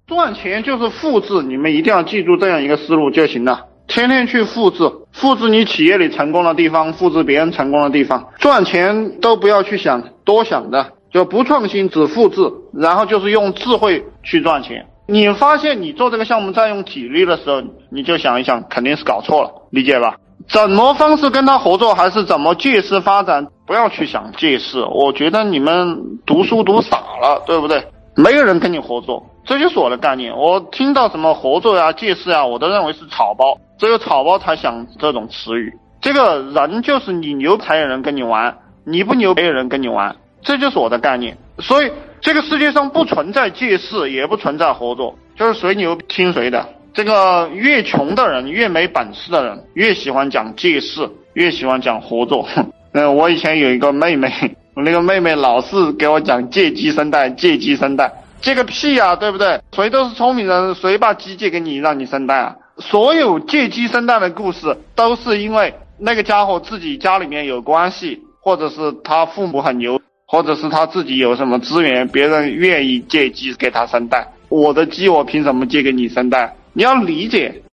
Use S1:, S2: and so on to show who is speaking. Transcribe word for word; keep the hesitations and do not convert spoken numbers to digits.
S1: 赚钱就是复制，你们一定要记住这样一个思路就行了。天天去复制，复制你企业里成功的地方，复制别人成功的地方。赚钱都不要去想多想的，就不创新只复制，然后就是用智慧去赚钱。你发现你做这个项目在用体力的时候，你就想一想，肯定是搞错了，理解吧？怎么方式跟他合作，还是怎么借势发展，不要去想借势。我觉得你们读书读傻了，对不对？没有人跟你合作，这就是我的概念。我听到什么合作呀、借势呀，我都认为是草包，只有草包才想这种词语。这个人就是你牛才有人跟你玩，你不牛没有人跟你玩，这就是我的概念。所以这个世界上不存在借势，也不存在合作，就是谁牛听谁的。这个越穷的人，越没本事的人，越喜欢讲借势，越喜欢讲合作。嗯，我以前有一个妹妹，我那个妹妹老是给我讲借鸡生蛋，借鸡生蛋，借个屁啊，对不对？谁都是聪明人，谁把鸡借给你让你生蛋啊？所有借鸡生蛋的故事都是因为那个家伙自己家里面有关系，或者是他父母很牛，或者是他自己有什么资源，别人愿意借鸡给他生蛋。我的鸡我凭什么借给你生蛋？你要理解